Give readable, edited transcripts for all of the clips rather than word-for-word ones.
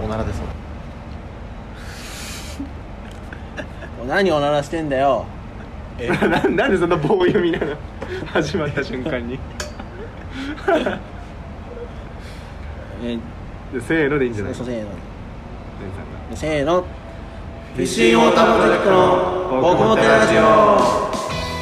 ならでそう。 何おならしてんだよ。 なんでそんな棒読みなの始まった瞬間にせーのでいいんじゃない？ せーのレンさんがせーの。フィッシュインウォータープロジェクトの僕もてラジオ。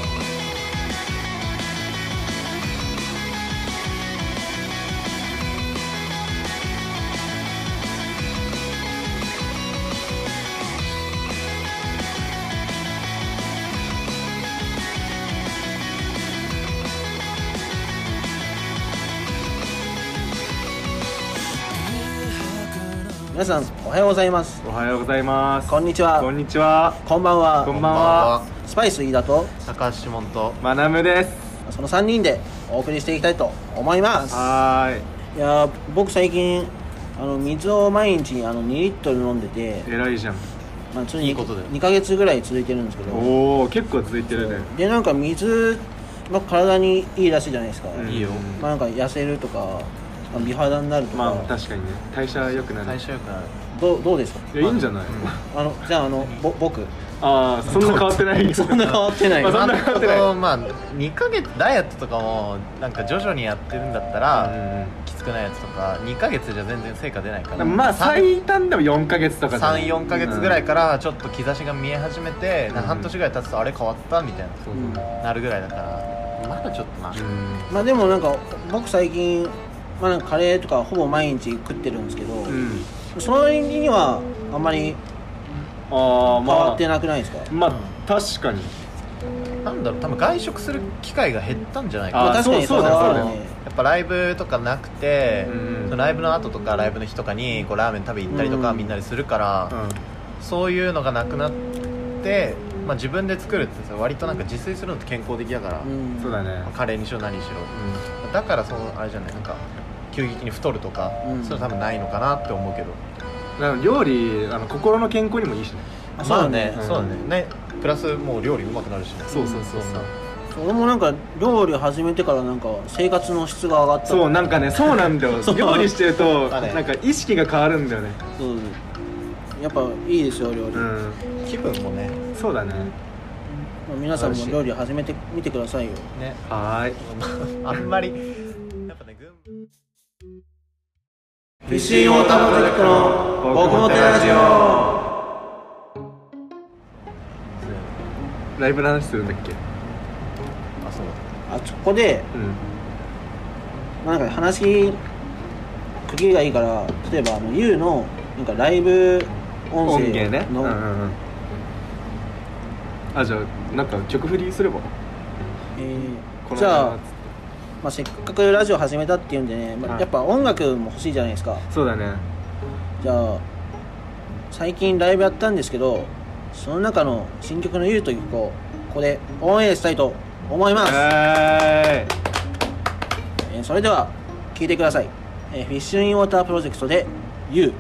皆さんおはようございます。 おはようございます。 こんにちは。 こんにちは。 こんばんは。 こんばんは。 スパイス飯田と高橋もんとまなむです。 その3人でお送りしていきたいと思います。いや僕最近水を毎日2リットル飲んでて、 偉いじゃん。 まあ、それいいことだよ。 2ヶ月ぐらい続いてるんですけど、 おお、結構続いてるね。 でなんか水の体にいいらしいじゃないですか。 いいよ。 まあ、なんか痩せるとか美肌になるとか、 まあ確かにね、代謝良くなる。 代謝良くなる。 どうですか？ いや、いいんじゃない？ じゃあ僕ああ、そんな変わってないそんな変わってない。 そんな変わってない。 まあ2ヶ月ダイエットとかもなんか徐々にやってるんだったら、きつくないやつとか2ヶ月じゃ全然成果出ないから、 まあ最短でも4ヶ月とか 3、4ヶ月ぐらいからちょっと兆しが見え始めて、半年ぐらい経つとあれ変わったみたいな、なるぐらいだからまだちょっとな、 まあでもなんか僕最近、まあ、なんかカレーとかほぼ毎日食ってるんですけど、その割にはあんまり変わってなくないですか？ まあ確かに。 なんだろう、多分外食する機会が減ったんじゃないかな。 確かにそうだよね。 やっぱライブとかなくて、ライブの後とかライブの日とかにこうラーメン食べ行ったりとかみんなでするから、そういうのがなくなって、まあ、自分で作るって割となんか自炊するのって健康的だから、 そうだね。 カレーにしろ何にしろ、だからあれじゃない、なんか急激に太るとか、そういうの多分ないのかなって思うけど、 料理心の健康にもいいしね。 まあね、そうだね。プラスもう料理うまくなるしね。 そう俺もなんか料理始めてからなんか生活の質が上がった。 そう、なんかね、そうなんだよ料理してるとなんか意識が変わるんだよね。 そうやっぱいいですよ料理、 気分もね。 そうだね。 皆さんも料理始めてみてくださいよね。 はいあんまりやっぱね、 フィッシュインウォータープロジェクトの僕もてラジオ。 ライブの話するんだっけ？ そこで、なんか話区切りがいいから、例えばユウのなんかライブ音声ね。じゃあなんか曲振りすれば。 じゃあ、まあ、せっかくラジオ始めたっていうんでね、やっぱ音楽も欲しいじゃないですか。 そうだね。 じゃあ最近ライブやったんですけど、その中の新曲のユウという曲をここでオンエアしたいと思います。それでは聴いてください。フィッシュインウォータープロジェクトでユウ。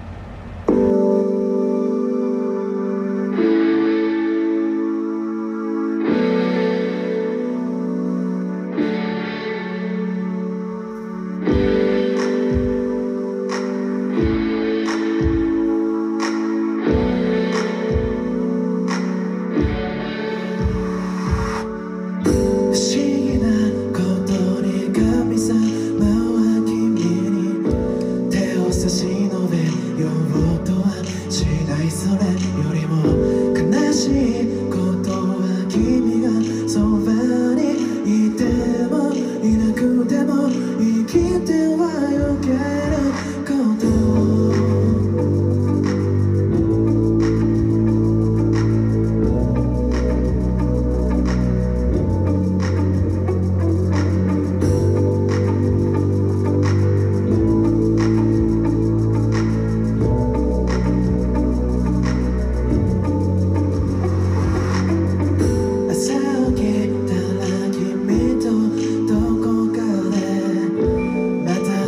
朝起きたら君とどこかでまた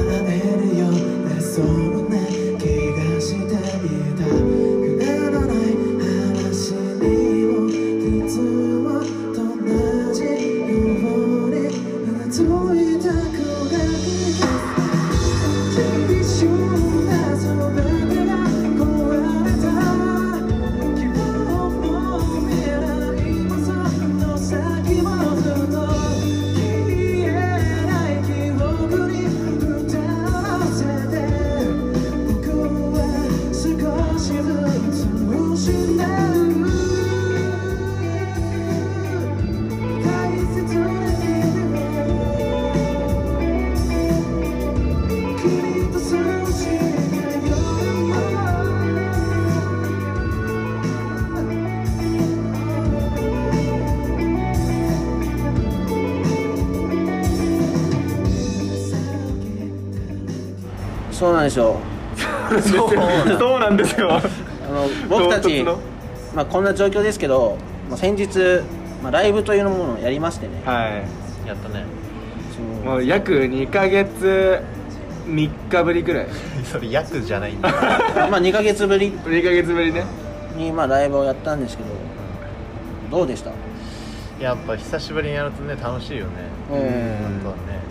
そうなんですよ。 そうなんですよ。 僕たち、こんな状況ですけど、先日、ライブというものをやりましてね。 はい。 やったね。 もう約2ヶ月3日ぶりぐらい。 それ約じゃないんだ。 2ヶ月ぶり。 2ヶ月ぶりね。 にライブをやったんですけど、どうでした？ やっぱ久しぶりにやるとね楽しいよね。あとはね、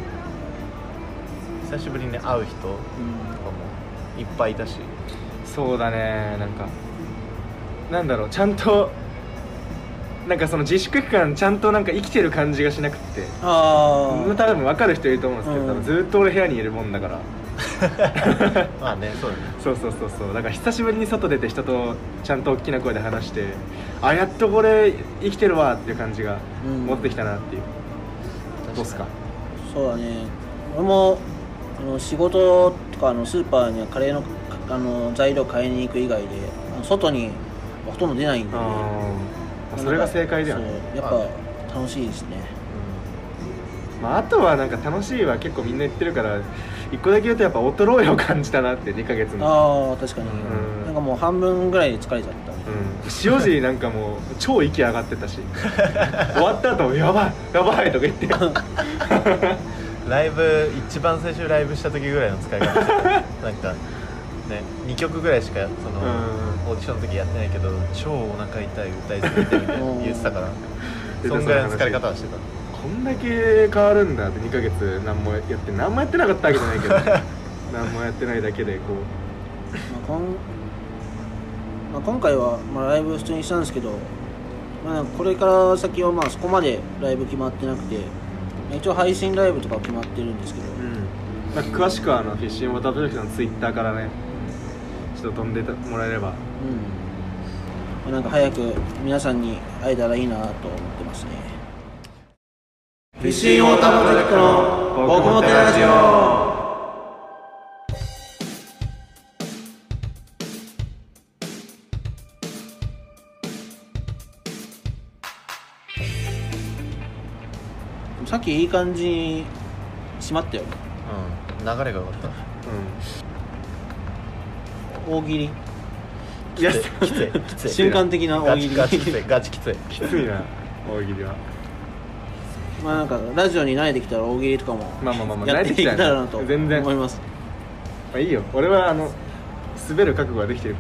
久しぶりに会う人とかもいっぱいいたし。 そうだね。なんだろう、ちゃんとその自粛期間ちゃんと生きてる感じがしなくて。多分分かる人いると思うんですけど、多分ずっと俺部屋にいるもんだから。 まあね、そうだね。 そうだから久しぶりに外出て人とちゃんと大きな声で話して、やっとこれ生きてるわっていう感じが持ってきたなっていう。どうっすか？ そうだね。俺も仕事とかスーパーにはカレーの材料買いに行く以外で外にほとんど出ないんでね。 それが正解だよね。 やっぱ楽しいですね。 あとは楽しいは結構みんな言ってるから、一個だけ言うとやっぱ衰えを感じたなって。2ヶ月の確かに、もう半分ぐらいで疲れちゃった。 塩尻もう超息上がってたし終わった後やばいとか言ってライブ一番最初ライブした時ぐらいの使い方してた。ね、2曲ぐらいしかオーディションの時やってないけど超お腹痛い歌いすぎてみたいな言ってたからそんぐらいの疲れ方はしてた。 こんだけ変わるんだって。2ヶ月何もやってなかったわけじゃないけど何もやってないだけで今回はライブ普通にしたんですけど、これから先はそこまでライブ決まってなくて、一応配信ライブとか決まってるんですけど、 詳しくはフィッシングウォータープロジェクトのツイッターからねちょっと飛んでもらえれば、 早く皆さんに会えたらいいなと思ってますね。フィッシングウォータープロジェクトの僕もてラジオ。さっきいい感じに閉まったよ。 流れが良かった。 大喜利。 きつい。 瞬間的な大喜利。 ガチきつい。 きついな大喜利は。 ラジオに慣れてきたら大喜利とかもやっていけたらなと思います。 いいよ。俺は滑る覚悟ができてるから。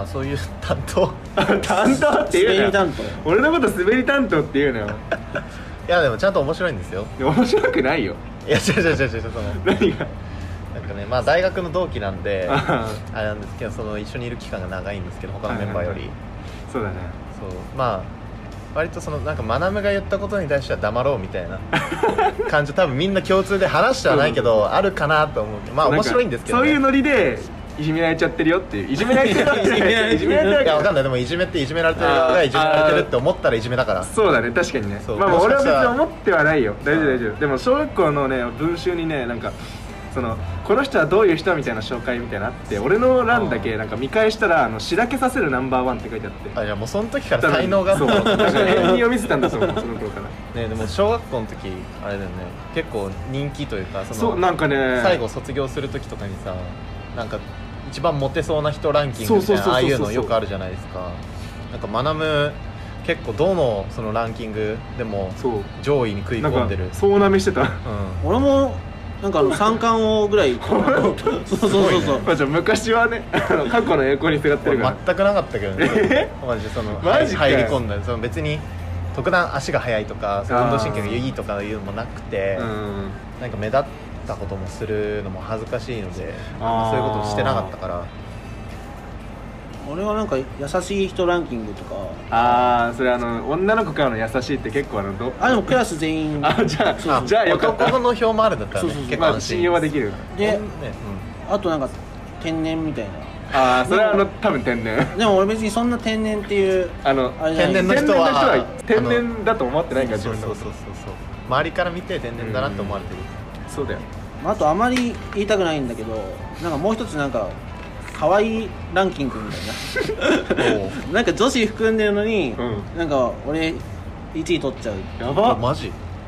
そういう担当っていうのよ。俺のこと滑り担当っていうのよ。 いやでもちゃんと面白いんですよ。 面白くないよ。 いや違う何が大学の同期なんであれなんですけど、一緒にいる期間が長いんですけど他のメンバーより、 そうだね。 割とマナムが言ったことに対しては黙ろうみたいな感じ多分みんな共通で話してはないけどあるかなと思う。面白いんですけど、 そういうノリでいじめられちゃってるよっていう。いじめられてるわけじゃない。いじめられてるわけ。 いやわかんない。でもいじめっていじめられてるがいじめられてるって思ったらいじめだから。 そうだね、確かにね。俺は別に思ってはないよ。大丈夫。でも小学校のね文集にねこの人はどういう人みたいな紹介みたいなあって、俺の欄だけ見返したらしらけさせるナンバー1って書いてあって。 いやもうその時から才能がそう変にを見せたんだと思う。その頃からね。でも小学校の時あれだよね、結構人気というかそうね、 最後卒業する時とかにさ一番モテそうな人ランキングみたいなああいうのよくあるじゃないですか。マナム結構どのそのランキングでも上位に食い込んでる。 そうなめしてた。 俺も三冠王ぐらいそう昔はね過去の栄光にすがってるから全くなかったけどね。マジ入り込んだ。別に特段足が速いとか運動神経がいいとかいうのもなくて、目立ったこともするのも恥ずかしいのでそういうことをしてなかったから。 俺は優しい人ランキングとか。 それ女の子からの優しいって結構でもクラス全員じゃあよかった。 男の票もあるんだったらね結構信用はできる。 であと天然みたいな。 それは多分天然。 でも俺別にそんな天然っていう天然の人は天然だと思ってないから。 そう周りから見て天然だなって思われてる。 そうだよ。 あとあまり言いたくないんだけどもう一つ可愛いランキングみたいな女子含んでるのに俺1位取っちゃう。 やば。 マジ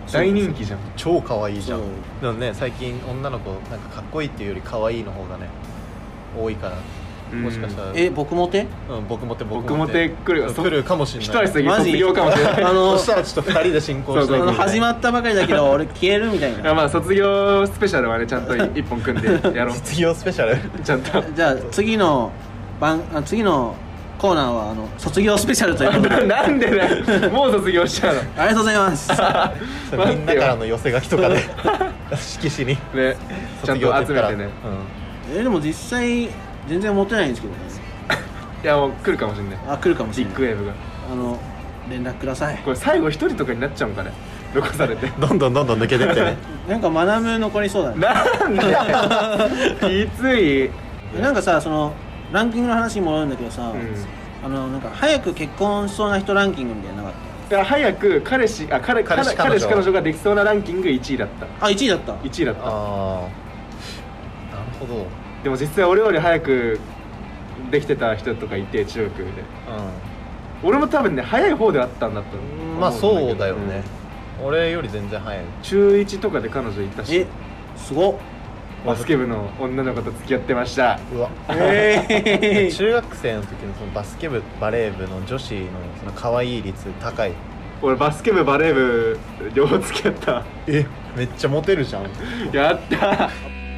大人気じゃん。 超可愛いじゃん。 そうでもね最近女の子なんかかっこいいっていうより可愛いの方がね多いから、もしかしたら僕モテ僕モテ来るよ。 来るかもしれない。 一足先卒業かもしれない。 そしたらちょっと2人で進行してそう始まったばかりだけど俺消えるみたいな。 まあ卒業スペシャルはねちゃんと一本組んでやろう。 卒業スペシャルちゃんと。 じゃあ次のコーナーは卒業スペシャルということでなんでねもう卒業しちゃうの。 ありがとうございますみんなからの寄せ書きとかで色紙にねちゃんと集めてね。 でも実際全然モテないんですけどね。 いやもう来るかもしれない。 来るかもしれない。 ビッグウェーブが連絡ください。 これ最後一人とかになっちゃうんかね、残されてどんどん抜けてってねなんか学ぶ残りそうだね。 なんできつい。 なんかさランキングの話に戻るんだけどさ、なんか早く結婚しそうな人ランキングみたいなのなかった？ だから早く彼氏彼女ができそうなランキング1位だった。 1位だった。 1位だった。 なるほど。 でも実際俺より早くできてた人とかいて中学で、俺も多分ね早い方であったんだと思うんだけど。 まあそうだよね、俺より全然早い。 中1とかで彼女いたし、 すごっ。 バスケ部の女の子と付き合ってました。 うわ中学生の時のそのバスケ部バレー部の女子のその可愛い率高い。 俺バスケ部バレー部両方付き合った。 めっちゃモテるじゃんやった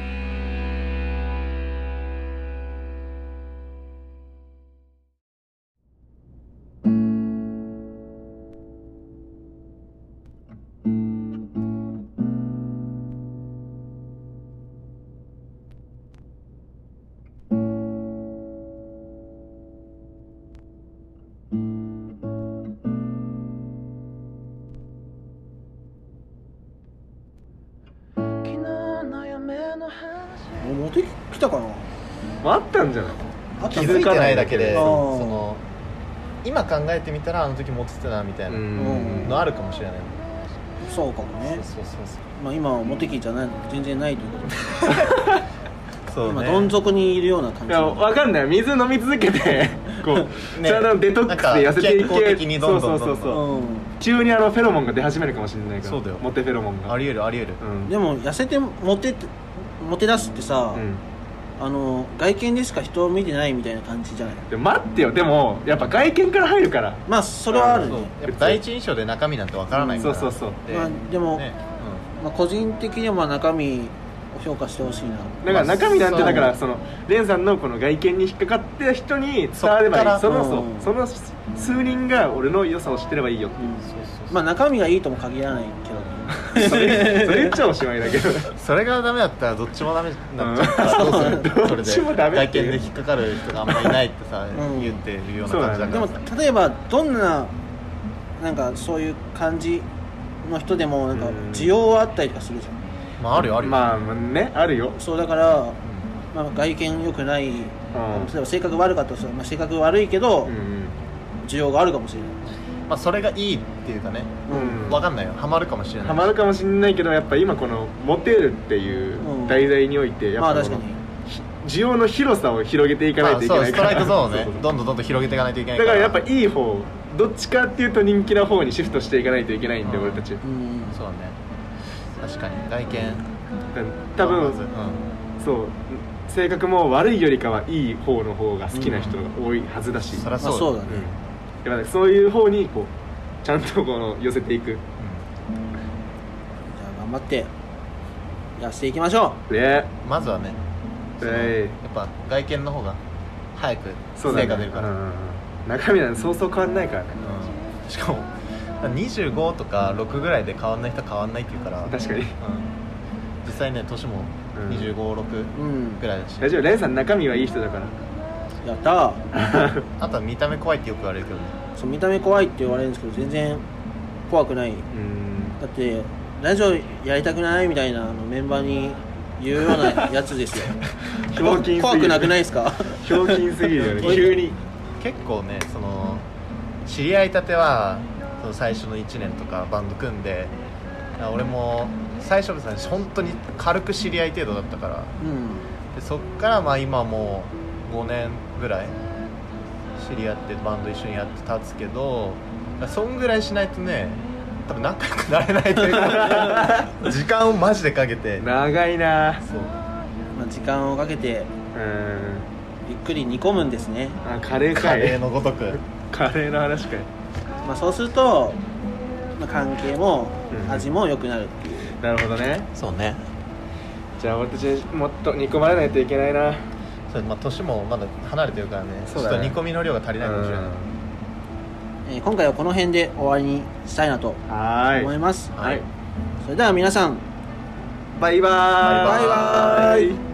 モテきたかな。 あったんじゃない？ 気づいてないだけで今考えてみたらあの時モテてたなみたいなのあるかもしれない。 そうかもね。 そうまあ今はモテ期じゃない全然ないということでそうね、 今どん底にいるような感じ。 いや分かんない。水飲み続けてこうちゃんとデトックスで痩せていけ。 的にどんどんそう急にフェロモンが出始めるかもしれないから。 そうだよ、 モテフェロモンがありえる、 でも痩せてモテ出すってさ、外見でしか人を見てないみたいな感じじゃない？ でも待ってよ。でもやっぱ外見から入るから。 まあそれはあるね。 やっぱ第一印象で中身なんてわからないから。 そうまあでも、個人的には中身を評価してほしいな。 だから中身なんてだからレンさんのこの外見に引っかかって人に伝わればいい。その数人が俺の良さを知ってればいいよっていう。 まあ中身がいいとも限らないけどね。 それ言っちゃおしまいだけどそれがダメだったらどっちもダメになっちゃうからどうする？ どっちもダメ外見で引っかかる人があんまりいないってさ言ってるような感じだから。 でも例えばどんななんかそういう感じの人でもなんか需要はあったりとかするじゃん。 まああるよ。 まあね、あるよ。 そうだから、まあ、外見良くない、例えば性格悪かったとしたら、性格悪いけど、需要があるかもしれない。 まあそれがいいっていうかね、分かんないよ。ハマるかもしれない。 ハマるかもしれないけど、やっぱ今このモテるっていう題材においてやっぱ確かに需要の広さを広げていかないといけないから。 ストライクゾーンをねどんどん広げていかないといけないだから。 やっぱいい方、どっちかっていうと人気な方にシフトしていかないといけないんで、俺たち。 そうだね、確かに外見多分、そう性格も悪いよりかはいい方の方が好きな人が多いはずだし、 そりゃそうだね。 だからそういう方にこうちゃんと寄せていく。じゃあ頑張ってやっていきましょう。 まずはね、やっぱ外見の方が早く成果出るから。 中身なんてそうそう変わんないからね。 しかも25とか6ぐらいで変わんない人は変わんないっていうから。 確かに、 実際ね年も25、6ぐらいだし。 大丈夫、レンさん中身はいい人だから。 やったーあとは見た目怖いってよく言われるけどね。 そう見た目怖いって言われるんですけど全然怖くない。だってラジオやりたくないみたいなメンバーに言うようなやつですよ怖くなくないですか？ ひょうきんすぎるよね急に。 結構ね知り合いたては最初の1年とかバンド組んで、俺も最初は本当に軽く知り合い程度だったから、でそっからまあ今もう5年ぐらい知り合ってバンド一緒にやって立つけど、そんぐらいしないとね多分仲良くなれないというか時間をマジでかけて長いな。 そう、 まあ、時間をかけてゆっくり煮込むんですね。 カレーかい。 カレーのごとくカレーの話かい。 まあ、そうすると、まあ、関係も味も良くなるっていう、 なるほどね。 そうね。 じゃあ俺たちもっと煮込まれないといけないな。 それ、まあ、年もまだ離れてるからね、 そうだねちょっと煮込みの量が足りないかもしれない。 今回はこの辺で終わりにしたいなとはい思います。 はい、 それでは皆さんバイバーイ。 バイバーイ。